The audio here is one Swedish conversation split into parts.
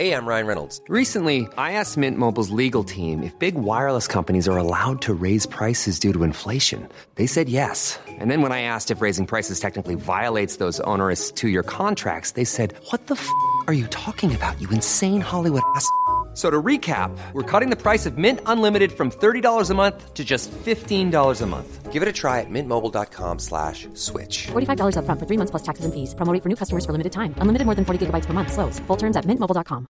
Hey, I'm Ryan Reynolds. Recently, I asked Mint Mobile's legal team if big wireless companies are allowed to raise prices due to inflation. They said yes. And then when I asked if raising prices technically violates those onerous two-year contracts, they said, "What the f*** are you talking about, you insane Hollywood ass?" So to recap, we're cutting the price of Mint Unlimited from $30 a month to just $15 a month. Give it a try at mintmobile.com/switch. $45 up front for 3 months plus taxes and fees. Promo rate for new customers for limited time. Unlimited more than 40 gigabytes per month. Slows full terms at mintmobile.com.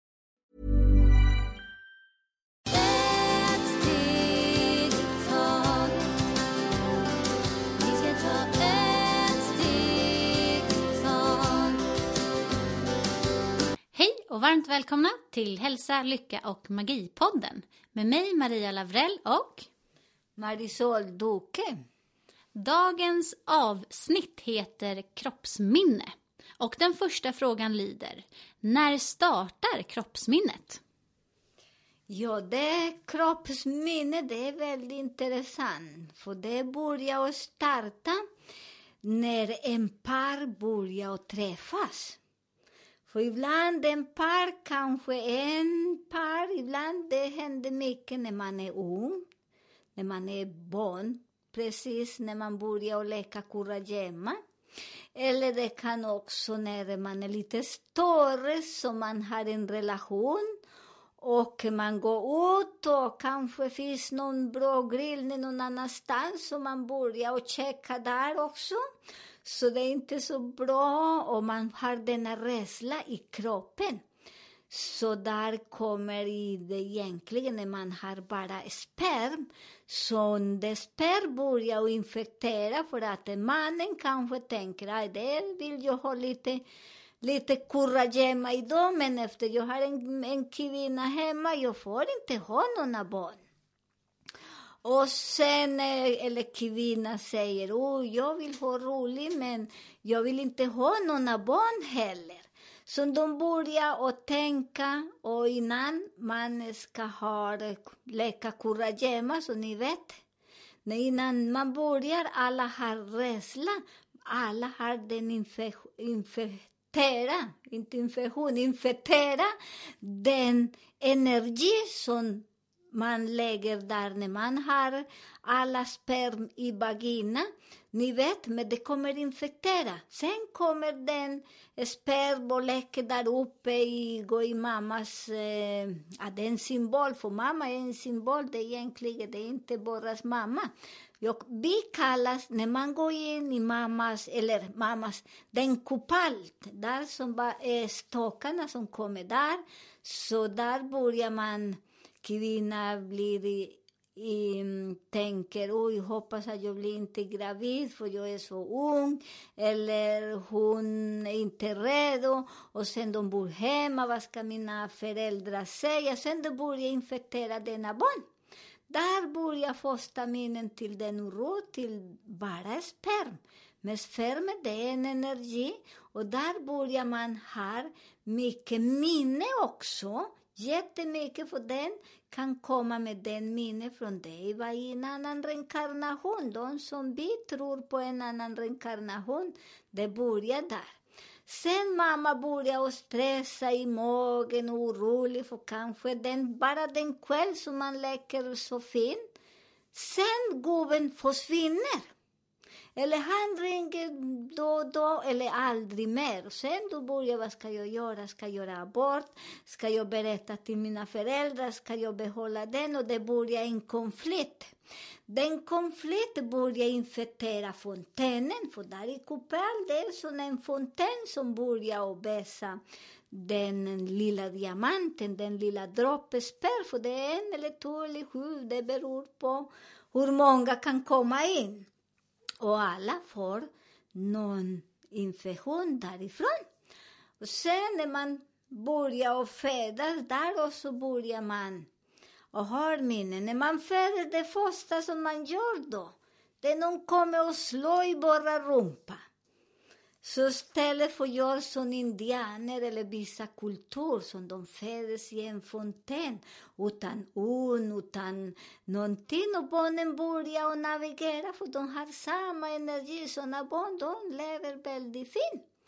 Hej och varmt välkomna till Hälsa, Lycka och Magi-podden med mig Maria Lavrell och Marisol Duque. Dagens avsnitt heter kroppsminne och den första frågan lyder: när startar kroppsminnet? Ja, det kroppsminne, det är väldigt intressant. För det börjar att starta när en par börjar att träffas. För ibland en par, kanske en par, ibland det händer mycket när man är ung, när man är barn, precis när man börjar att leka kurragömma. Eller det kan också när man är lite större, så man har en relation och man går ut och kanske finns någon bra grill någon annanstans, så man börjar att checka där också. Så det är inte så bra om man har denna rädsla i kroppen. Så där kommer det egentligen när man har bara sperm. Så det sperm börjar infektera, för att mannen kanske tänker att det vill jag ha lite kurragömma idag, men efter jag har en kvinna hemma, jag får inte ha några barn. Och sen, eller kvinna säger, jag vill ha roligt, men jag vill inte ha några barn heller. Så de börjar att tänka, och innan man ska leka kurragömma, så ni vet, innan man börjar, alla har rädsla, alla har den infektera den energi som man lägger där när man har alla sperm i vagina. Ni vet, men det kommer infektera. Sen kommer den sperm och läcker där uppe går i mammas... det är en symbol, för mamma är en symbol. Det är egentligen, det är inte bara mamma. Vi kallas, när man går in i mammas, den kupalt, där som bara är stockarna som kommer där. Så där börjar man... Kvinna tänker, hoppas att jag blir inte gravid för jag är så ung. Eller hon är inte redo. Och sen de bor hemma, vad ska mina föräldrar säga? Sen de börjar infektera denna barn. Där börjar första minnen till den oro, till bara sperm. Men sperm, det är en energi. Och där börjar man ha mycket minne också. Jättemycket, för den kan komma med den minne från dig var i en annan reinkarnation. De som vi tror på en annan reinkarnation, det börjar där. Sen mamma börjar att stressa i magen, orolig för kanske bara den kväll som man leker så fin. Sen gubben försvinner. Eller han ringer då eller aldrig mer. Sen då börjar, vad ska jag göra? Ska jag göra abort? Ska jag berätta till mina föräldrar? Ska jag behålla den? Och det börjar en konflikt. Den konflikten börjar infektera fontänen. För där i kupel, det är som en fontän som börjar att vässa den lilla diamanten, den lilla droppesperr. För det är 1 eller 2 eller 7, det beror på hur många kan komma in. Och alla får någon infektion därifrån. Och sen när man börjar att födas där, och så börjar man och har minnen. När man föder, det första som man gör då, det är någon kommer och slår i våra rumpa. Så istället för att göra som indianer eller vissa kultur som de föds i en fontän utan utan någonting, och barnen börjar att navigera för de har samma energi, sådana barn, de lever väldigt fint.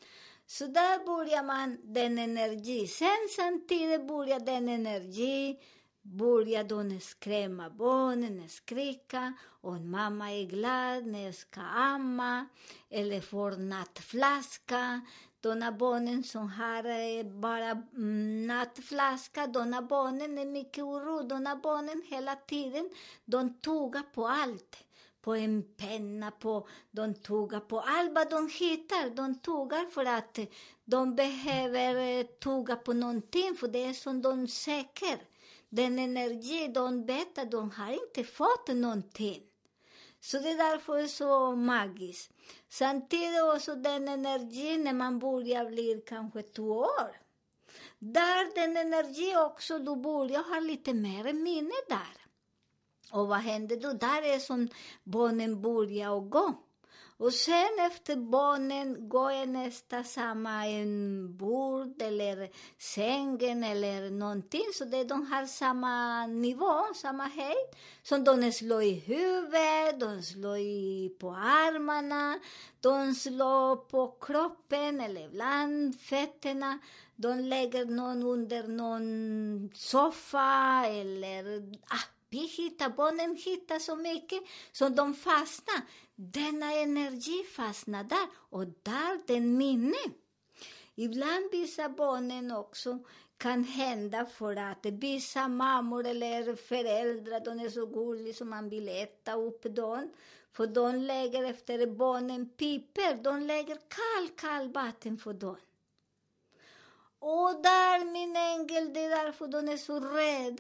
Så där börjar man den energi. Sen samtidigt börjar den energi, börjar de skrämma barnen, skrika. Och mamma är glad när jag ska amma eller får nattflaska. De barnen som har bara nattflaska, de barnen är mycket oro. De barnen hela tiden, de tuggar på allt. På en penna, de tuggar på allt vad de hittar. De tuggar för att de behöver tugga på någonting, för det är som de söker. Den energi de vet att de har inte fått någonting. Så det är därför så magiskt. Samtidigt också den energin när man börjar bli kanske 2 år. Där den energi också, du börjar ha lite mer minne där. Och vad händer då? Där är som barnen börjar att gå. Och sen efter barnen går jag nästa samma en bord eller sängen eller någonting. Så det de har samma nivå, samma höjd. Som de slår i huvudet, de slår på armarna, de slår på kroppen eller ibland fötterna. De lägger någon under någon soffa eller... barnen hittar så mycket så de fastnar. Denna energi fastnar där och där den minne. Ibland vissa barnen också kan hända för att vissa mammor eller föräldrar, de är så gulliga som man vill äta upp dem. För de lägger efter barnen piper, de lägger kall vatten för dem. Och där min ängel, det är därför de är så rädda.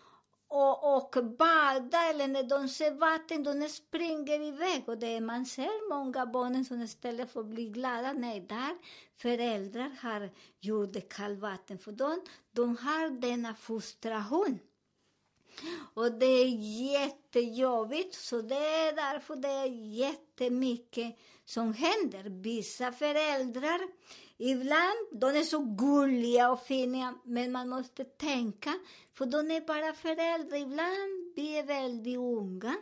Och bada, eller när de ser vatten, de springer iväg. Och det man ser många barn som istället för att bli glada, nej, där föräldrar har gjort kallvatten för dem. De har denna frustration. Och det är jättejobbigt, så det är därför det är jättemycket som händer. Vissa föräldrar, ibland, de är så gulliga och fina, men man måste tänka, för de är bara föräldrar. Ibland vi är väldigt unga.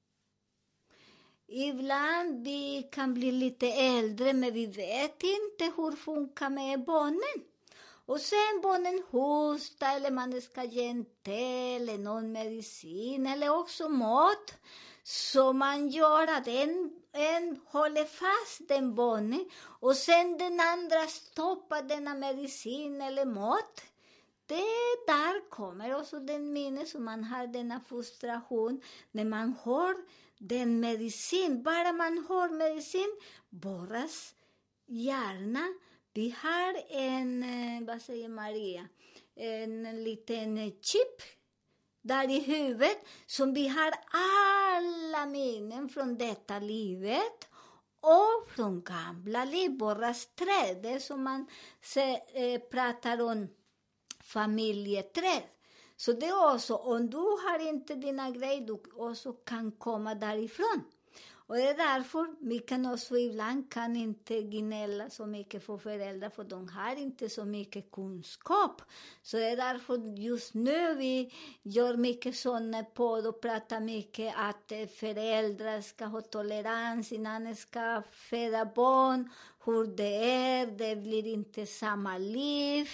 Ibland vi kan bli lite äldre, men vi vet inte hur det funkar med barnen. Och sen barnen hostar, eller man ska ge en te eller någon medicin, eller också mat. Så man gör att en håller fast den barnen och sen den andra stoppar denna medicin eller mat. Det där kommer också den minne som man har, denna frustration när man har den medicin. Bara man har medicin, borras hjärna. Vi har en, vad säger Maria, en liten chip där i huvudet som vi har alla minnen från detta livet och från gamla liv, borras träd. Det som man pratar om familjeträd. Så det är också, om du har inte dina grejer, du också kan komma därifrån. Och det är därför vi kan också ibland kan inte gnälla så mycket för föräldrar, för de har inte så mycket kunskap. Så det är därför just nu vi gör mycket sådana på och pratar mycket att föräldrar ska ha tolerans innan de ska föda barn. Hur det blir inte samma liv.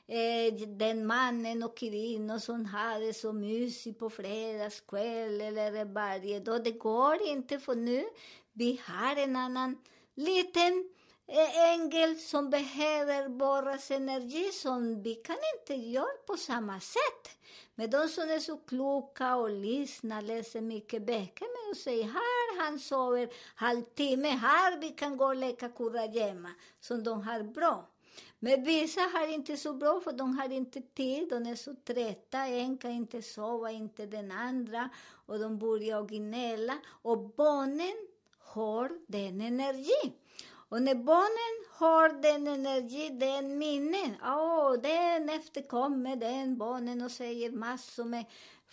Den mannen och kvinnan som hade så mysigt på fredagskväll eller varje dag. Det går inte, för nu vi har en annan liten ängel som behöver borras energi som vi kan inte göra på samma sätt. Men de som är så kloka och lyssnar, läser mycket böcker med och säger här han sover halvtimme, här vi kan gå och leka kurragömma som de har bra. Men vissa har inte så bra, för de har inte tid, de är så trötta, en kan inte sova, inte den andra, och de börjar gnälla, och barnen har den energi. Och när barnen har den energi, den minnen, den efterkommer den barnen och säger massor med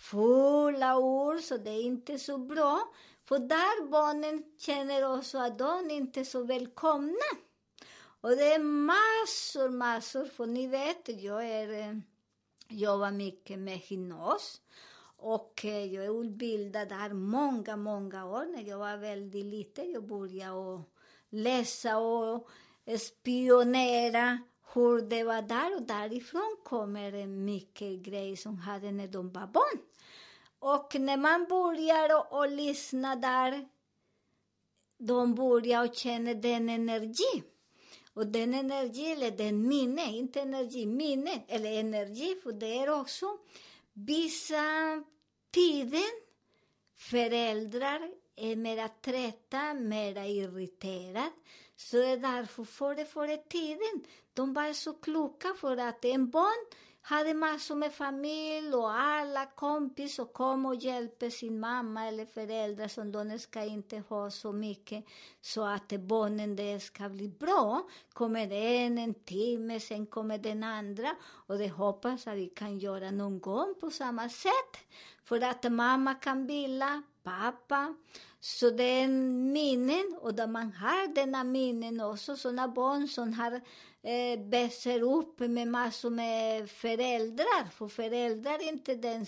fulla ord, så det är inte så bra. För där barnen känner också att de inte är så välkomna. Och det är massor, för ni vet, jag jobbar mycket med hypnos. Och jag är utbildad där många år. När jag var väldigt liten, jag började läsa och spionera hur det var där, och därifrån kommer det mycket grejer som hade när de var barn. Och när man börjar och lyssna där, de börjar och känna den energi. Och den energi, eller den minne, inte energi, minne, eller energi, för det är också vissa tiden föräldrar är mera trötta, mera irriterade. Så det är därför före tiden, de var så kloka, för att en barn hade massor med familj och alla kompis och kom och hjälper sin mamma eller föräldrar, som de ska inte ha så mycket, så att barnen det ska bli bra. Kommer det en timme, sen kommer den andra, och det hoppas att vi kan göra någon gång på samma sätt, för att mamma kan vila pappa. Så det är minnen, och där man har denna minnen också, sådana barn som har växer upp med massor med föräldrar. För föräldrar är inte den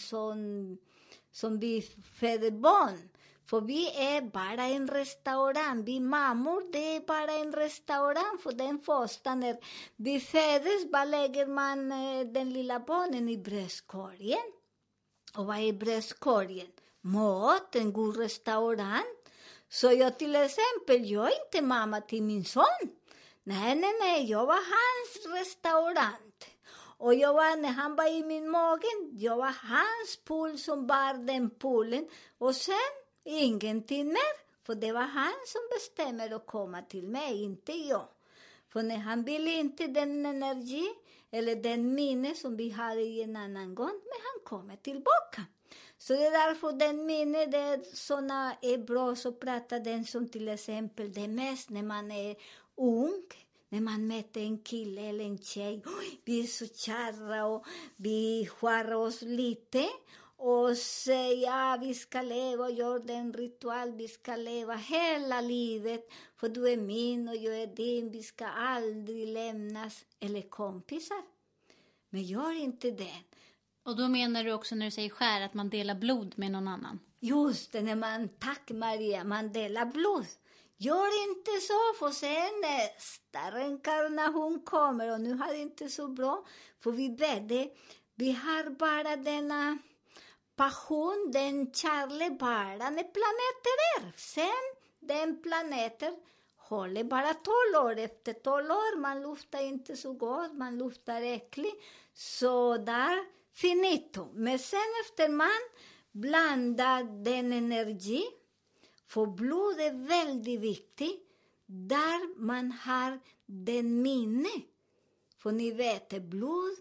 som vi föder barn. För vi är bara en restaurang. Vi mammor, det är bara en restaurang. För den första, när vi föds, bara lägger man den lilla barnen i bröstkorgen. Och vad är bröstkorgen? Mat, en god restaurang. Så jag till exempel, jag är inte mamma till min son. Nej, jag var hans restaurang. Och jag var, när han var i min magen, jag var hans pool som bar den poolen. Och sen ingenting mer, för det var han som bestämmer att komma till mig, inte jag. För när han ville inte den energi, eller den minne som vi hade i en annan gång, men han kommer tillbaka. Så det är därför den minne, det är såna är bra, så pratar den som till exempel det mest när man är ung, när man möter en kille eller en tjej. Vi är så kära och vi skär oss lite och säger vi ska leva och gör den ritual, vi ska leva hela livet, för du är min och jag är din, vi ska aldrig lämnas, eller kompisar. Men gör inte det. Och då menar du också när du säger skär att man delar blod med någon annan? Just det, när man, tack Maria, man delar blod. Gör inte så, för sen nästa reinkarnation kommer, och nu har det inte så bra. För vi vet det, vi har bara denna passion, den kärlek bara när planeter är. Sen den planeter håller bara 12 år. Efter 12 år, man luftar inte så gott, man luftar äckligt. Så där, finito. Men sen efter man blandar den energi, för blod är väldigt viktigt, där man har den minne. För ni vet, blod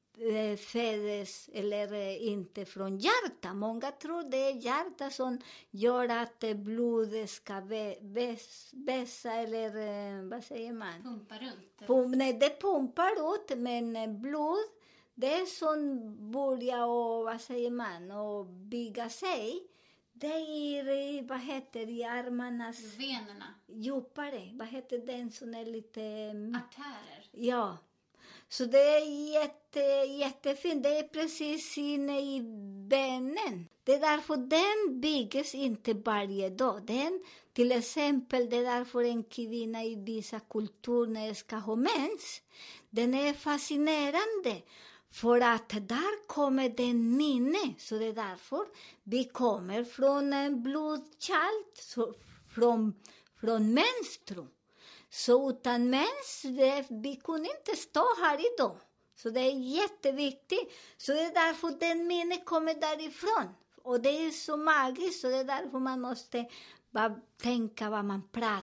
föds eller inte från hjärta. Många tror det är hjärta som gör att blodet ska vässa, eller vad säger man? Pumpa runt. Nej, det pumpar ut, men blod, det är som börjar och, vad säger man, och bygga sig. Det är, vad heter det, i armarnas... Venerna. Djupare. Vad heter den som är lite... Artärer. Ja. Så det är jättefint. Det är precis inne i benen. Det är därför den byggs inte varje dag. Den, till exempel, det är därför en kvinna i vissa kulturer ska ha mens. Den är fascinerande. För att där kommer den minne. Så det är därför vi kommer från en blodkärl, från menstru. Så utan mens, vi kunde inte stå här idag. Så det är jätteviktigt. Så det är därför den minne kommer därifrån. Och det är så magiskt, så det är därför man måste bara tänka vad man pratar.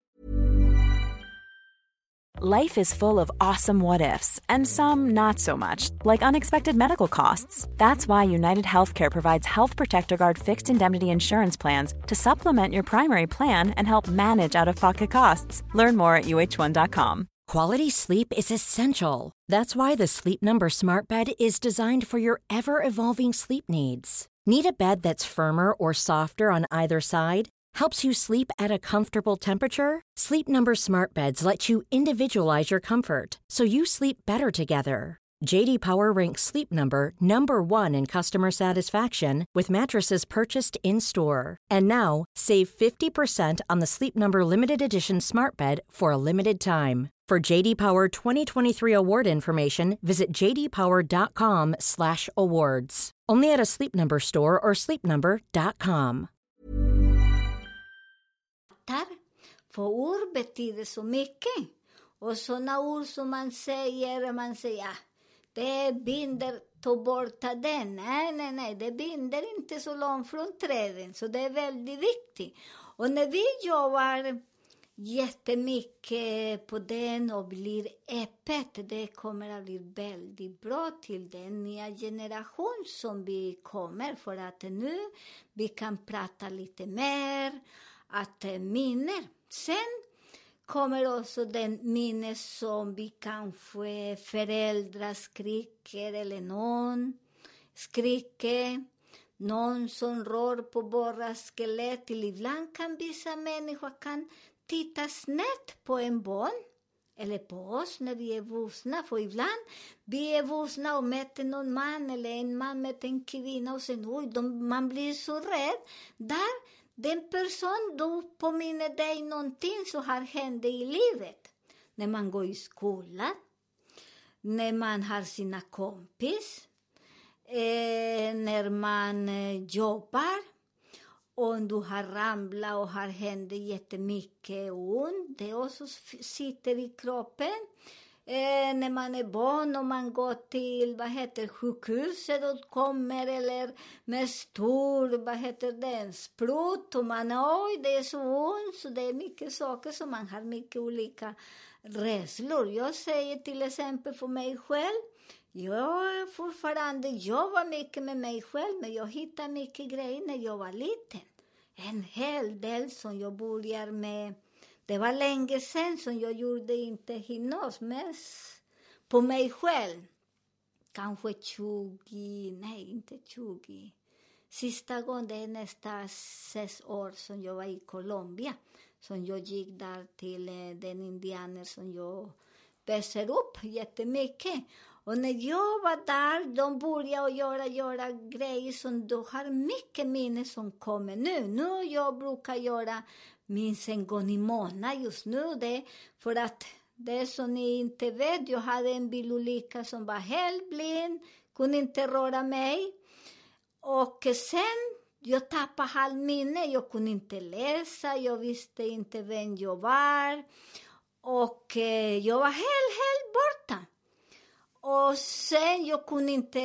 Life is full of awesome what-ifs, and some not so much, like unexpected medical costs. That's why United Healthcare provides Health Protector Guard fixed indemnity insurance plans to supplement your primary plan and help manage out-of-pocket costs. Learn more at uh1.com. Quality sleep is essential. That's why the Sleep Number Smart Bed is designed for your ever-evolving sleep needs. Need a bed that's firmer or softer on either side? Helps you sleep at a comfortable temperature? Sleep Number Smart Beds let you individualize your comfort, so you sleep better together. JD Power ranks Sleep Number #1 in customer satisfaction with mattresses purchased in-store. And now, save 50% on the Sleep Number Limited Edition Smart Bed for a limited time. For JD Power 2023 award information, visit jdpower.com/awards. Only at a Sleep Number store or sleepnumber.com. För ord betyder så mycket. Och sådana ord som man säger, det binder, ta bort den. Nej, det binder inte så långt från träden. Så det är väldigt viktigt. Och när vi jobbar jättemycket på den och blir öppet, det kommer att bli väldigt bra till den nya generation som vi kommer. För att nu vi kan prata lite mer, att minner. Sen kommer också den minne som vi kanske föräldrar skriker eller någon skriker. Någon som rör på våra skelett. Ibland kan vissa människor kan titta snett på en barn. Eller på oss när vi är vuxna. För ibland vi är vuxna och möter någon man. Eller en man möter en kvinna. Och sen man blir så rädd. Där den person då påminner dig någonting som har hänt i livet. När man går i skolan. När man har sina kompis. När man jobbar. Och du har ramlat och har hänt jättemycket ont. Det också sitter i kroppen. När man är barn och man går till sjukhuset och kommer eller med stor sprut och man det är så ont, så det är mycket saker som man har mycket olika rädslor. Jag säger till exempel för mig själv, jag fortfarande jobbar mycket med mig själv, men jag hittar mycket grejer när jag var liten. En hel del som jag börjar med. Det var länge sedan som jag gjorde inte hypnos, mest på mig själv. Kanske 20. Sista gången, det är nästan 6 år som jag var i Colombia. Som jag gick där till den indianer som jag växer upp jättemycket. Och när jag var där, de började göra grejer som då har mycket minne som kommer nu. Nu jag brukar göra minst en gång i månaden just nu. Det för att det som ni inte vet, jag hade en bilolycka som var helt blind, kunde inte röra mig. Och sen jag tappade all minne, jag kunde inte läsa, jag visste inte vem jag var. Och jag var helt borta. Och sen jag kunde inte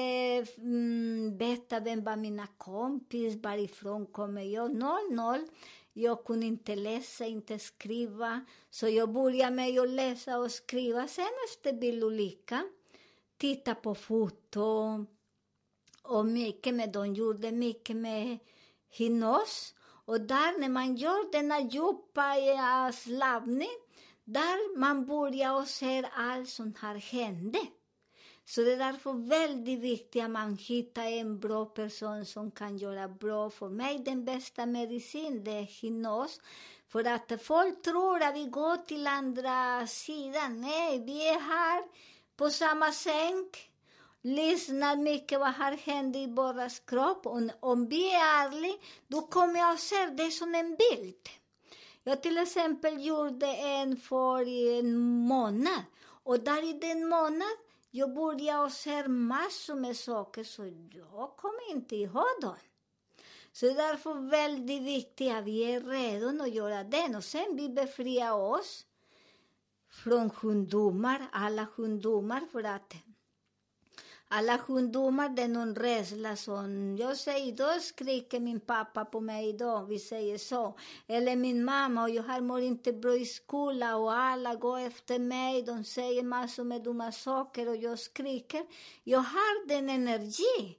veta vem var mina kompis, varifrån kommer jag, 0. Jag kunde inte läsa, inte skriva. Så jag började med att läsa och skriva. Sen efter bilolyckan, titta på foto. Och mycket med, de gjorde mycket med hypnos. Och där när man gör denna djupa slappning, där man börjar och ser allt som har hänt. Så det är därför väldigt viktigt att man hittar en bra person som kan göra bra. För mig den bästa medicin, det är hypnos. För att folk tror att vi går till andra sidan. Nej, vi är här på samma säng. Lyssnar mycket vad har hänt i våras kropp. Och om vi är ärliga, då kommer jag att se det som en bild. Jag till exempel gjorde en för en månad. Och där i den månad, jag började se massor med saker så jag kommer inte ihåg dem. Så det är därför väldigt viktigt att vi är redo att göra den. Och sen vi befriar oss från sjukdomar, alla sjukdomar. För att alla sjukdomar, det är någon rädsla som jag säger, då skriker min pappa på mig idag, vi säger så. Eller min mamma, och jag mår inte bra i skolan och alla går efter mig, de säger massor med dumma saker och jag skriker. Jag har den energi,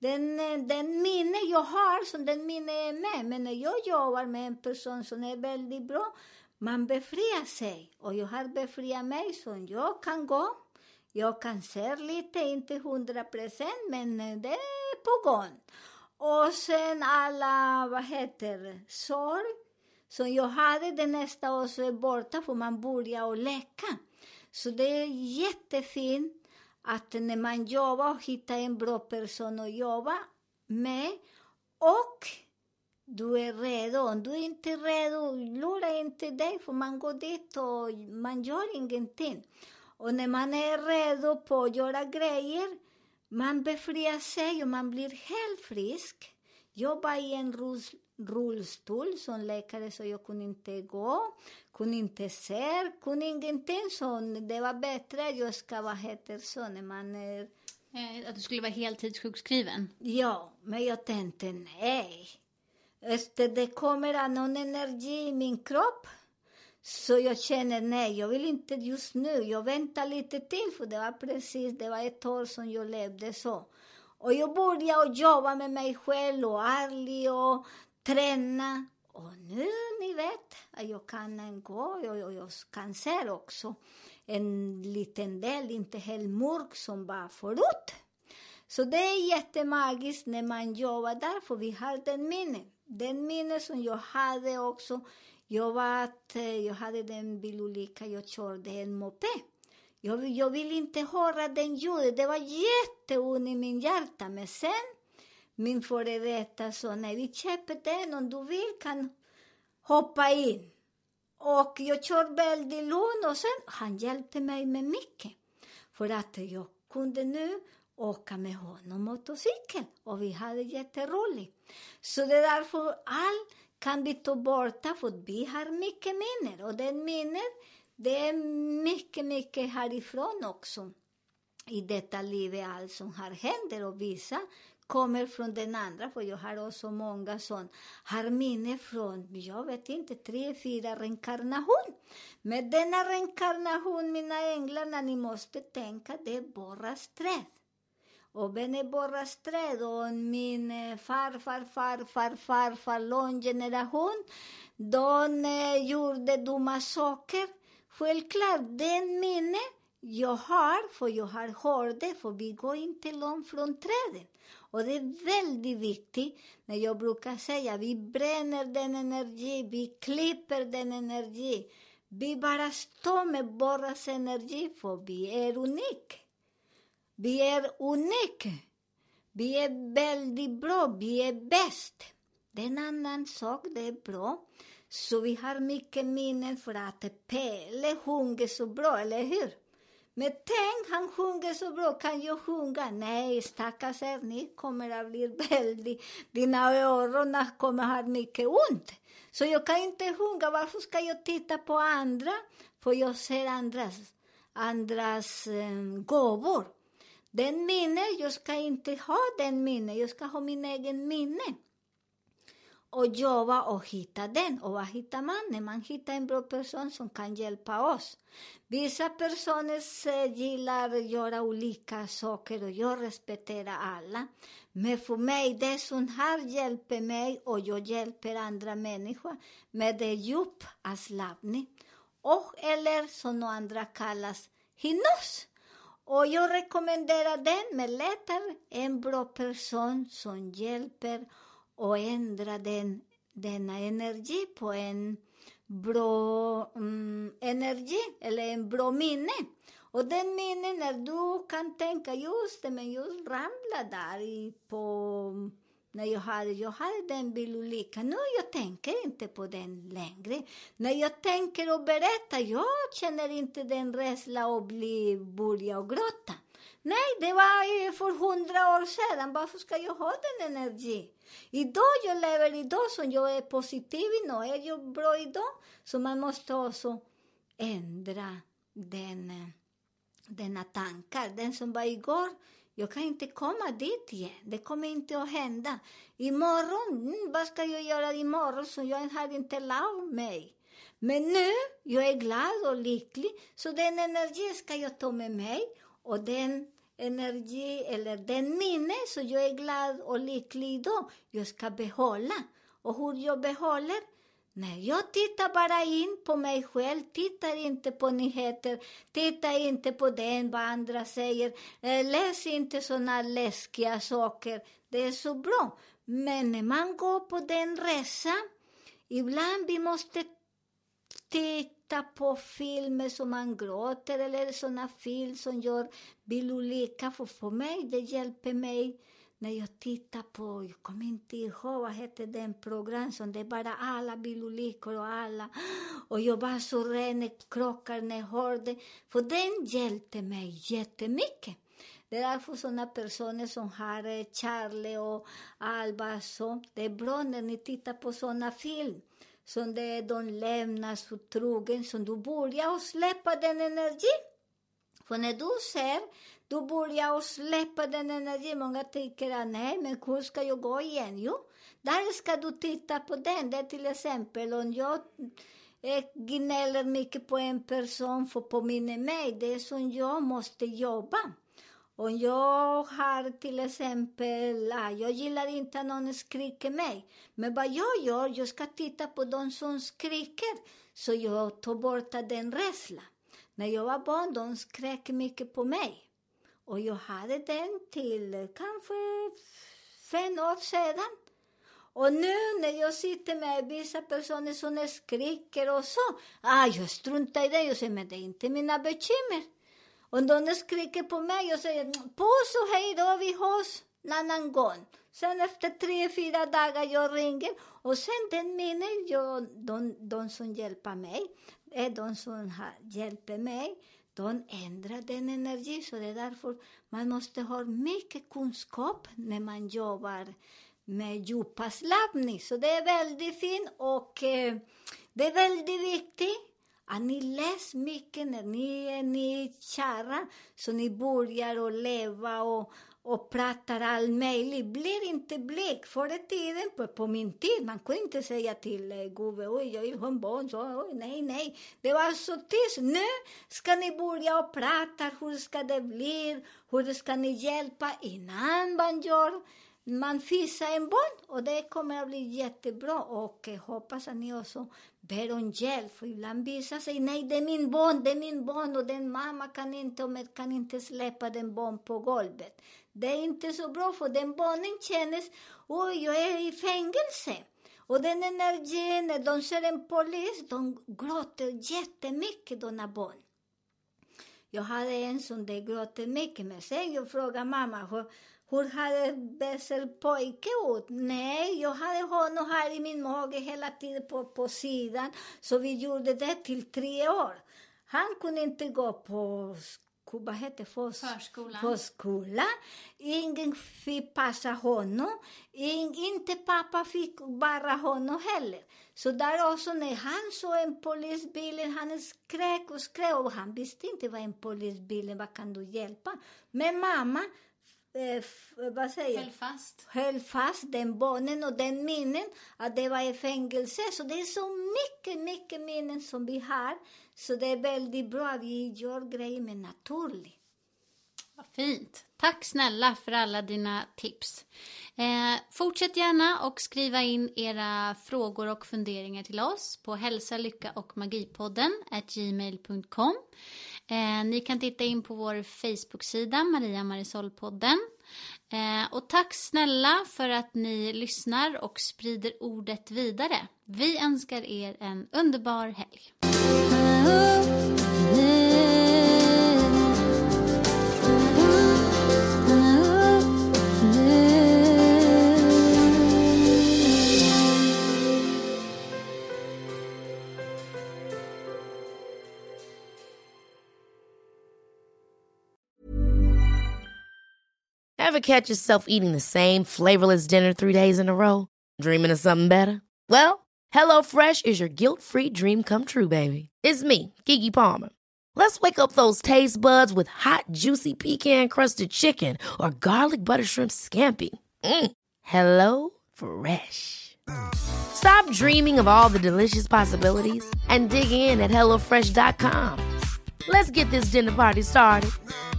den minne jag har, som den minne är med. Men när jag jobbar med en person som är väldigt bra, man befriar sig. Och jag har befriat mig så jag kan gå. Jag kan se lite, inte 100%, men det är på gång. Och sen alla, sorg som jag hade, det nästa år så är borta, för man börjar att läka. Så det är jättefint att när man jobbar och hittar en bra person att jobba med. Och du är redo. Om du inte är redo, lura inte dig, för man går dit och man gör ingenting. Och när man är redo på att göra grejer, man befriar sig och man blir helt frisk. Jag var i en rullstol som läkare, så jag kunde inte gå, kunde inte se, kunde ingenting. Så det var bättre att jag ska vara så när man är... Att du skulle vara heltidssjukskriven? Ja, men jag tänkte nej. Efter det kommer någon energi i min kropp. Så jag känner nej, jag vill inte just nu. Jag väntar lite till, för det var ett år som jag levde så. Och jag började jobba med mig själv och ärlig och träna. Och nu, ni vet, att jag kan gå och jag kan se också en liten del, inte helt mörk som var förut. Så det är jättemagiskt när man jobbar där, för vi har den minne. Den minne som jag hade också. Jag hade den bilolycka, jag körde en moped. Jag vill inte höra den ljudet. Det var jätteont i min hjärta. Men sen, min före detta sa, nej, vi köper den, om du vill kan hoppa in. Och jag kör väldigt lugnt, och sen han hjälpte mig med mycket. För att jag kunde nu åka med honom motorcykel. Och vi hade jätteroligt. Så det är därför allt kan vi ta bort, för vi har mycket minnen. Och den minnen, det är mycket, mycket härifrån också. I detta livet, allt som har hänt. Och vissa kommer från den andra. För jag har också många som har minne från, jag vet inte, 3-4 reinkarnation. Men denna reinkarnation, mina änglar, när ni måste tänka, det är bara stress. Och den är bara stress. Och min farfar, lång generation, de gjorde dumma saker. Självklart, den minne jag har, för jag har hört det, för vi går inte långt från träden. Och det är väldigt viktigt, när jag brukar säga, vi bränner den energi, vi klipper den energi. Vi bara står med borras energi, för vi är unika. Vi är unika. Vi är väldigt bra, vi är bäst. Det är en annan sak, det är bra. Så vi har mycket minnen för att Pelle sjunger så bra, eller hur? Men tänk, han sjunger så bra, kan jag sjunga? Nej, stackars er, ni kommer att bli väldigt, dina öron kommer att ha mycket ont. Så jag kan inte sjunga, varför ska jag titta på andra? För jag ser andras gåvor. Den minne, jag ska inte ha den minne, jag ska ha min egen minne. Och jobba och hitta den. Och vad hittar man? När man hittar en bra person som kan hjälpa oss. Vissa personer gillar att göra olika saker, och jag respekterar alla. Men för mig, det som har hjälpt mig, och jag hjälper andra människor med det djup avslappning. Och eller som andra kallas hypnos. Och jag rekommenderar den, med lättare en bra person som hjälper och ändra denna energi på en bra energi, eller en bra minne. Och den minnen, när du kan tänka, just det, men jag ramlade där när jag hade den bilolyckan. Nu jag tänker inte på den längre. När jag tänker och berättar, jag känner inte den rädsla och börja och gråta. Nej, det var för 100 år sedan. Varför ska jag ha den energi? Jag lever idag som jag är positiv idag. Är jag bra idag? Så man måste också ändra denna tankar. Den som var igår, jag kan inte komma dit igen. Det kommer inte att hända. Imorgon, vad ska jag göra imorgon? Så jag har inte lärt mig. Men nu, jag är glad och lycklig. Så den energi ska jag ta med mig. Och den energi, eller den minne, så jag är glad och lycklig idag, jag ska behålla. Och hur jag behåller? Nej, jag tittar bara in på mig själv, tittar inte på nyheter, tittar inte på vad andra säger, läs inte såna läskiga saker, det är så bra. Men när man går på den resan, ibland vi måste titta på filmer som man gråter, eller såna film som gör bilolycka. För mig, det hjälper mig när jag tittar på, jag kommer inte ihåg vad heter den program som det är bara alla bilolyckor och alla. Och jag var så rädd när krockar hörde. För den hjälpte mig jättemycket. Det är därför sådana personer som har Charlie och Alba så. Det är bra när ni tittar på sådana film. Som det de lämnar så trogen. Som du börjar släppa den energi. För när du ser, du börjar släppa den energi. Många tycker att nej, men hur ska jag gå igen? Jo, där ska du titta på den. Det är till exempel om jag gnäller mycket på en person för att påminna mig. Det är som jag måste jobba. Om jag har till exempel, jag gillar inte att någon skriker mig. Men vad jag gör, jag ska titta på de som skriker. Så jag tar bort den rädslan. När jag var barn, de skrek mycket på mig. Och jag hade den till kanske 5 år sedan. Och nu när jag sitter med vissa personer som skriker och så. Jag struntar i det. Jag säger, men det är inte mina bekymmer. Och de skriker på mig och säger, puss och hej då, vi hörs en annan gång. Sen efter 3-4 dagar jag ringer. Och sen den minner jag, de som hjälper mig. De som hjälper mig, de ändrar den energi. Så det är därför man måste ha mycket kunskap när man jobbar med djupaslappning. Så det är väldigt fint och det är väldigt viktigt att ni läser mycket när ni är kära. Så ni börjar att leva och pratar all möjligt. Blir inte blik. Förr i tiden, på min tid, man kunde inte säga till gubben, oj, jag vill ha en barn. Så, oj, nej. Det var så tyst. Nu ska ni börja och prata. Hur ska det bli? Hur ska ni hjälpa innan man fixar en barn? Och det kommer att bli jättebra. Och hoppas att ni också ber om hjälp. För ibland visar sig, nej, det är min barn. Och den mamma kan inte släppa den barn på golvet. Det är inte så bra, för den barnen känner, oj, jag är i fängelse. Och den energin, när de ser en polis, de gråter jättemycket, de barn. Jag hade en som det gråter mycket, men sen jag frågade mamma, hur hade bästa pojke ut? Nej, jag hade honom här i min mage hela tiden på sidan. Så vi gjorde det till 3 år. Han kunde inte gå på förskola. Ingen fick passa honom. Inte pappa fick bara honom heller. Så där också när han såg en polisbil, han skrek och han visste inte vad en polisbil, vad kan du hjälpa? Men mamma höll fast den barnen och den minnen att det var i fängelse. Så det är så mycket minnen som vi har. Så det är väldigt bra att vi gör grejer med naturligt. Vad fint. Tack snälla för alla dina tips. Fortsätt gärna och skriva in era frågor och funderingar till oss på hälsa, lycka och magipodden @gmail.com. Ni kan titta in på vår Facebook-sida Maria Marisol-podden. Och tack snälla för att ni lyssnar och sprider ordet vidare. Vi önskar er en underbar helg. Ever catch yourself eating the same flavorless dinner 3 days in a row? Dreaming of something better? Well, HelloFresh is your guilt-free dream come true, baby. It's me, Keke Palmer. Let's wake up those taste buds with hot, juicy pecan-crusted chicken or garlic butter shrimp scampi. Hello Fresh. Stop dreaming of all the delicious possibilities and dig in at HelloFresh.com. Let's get this dinner party started.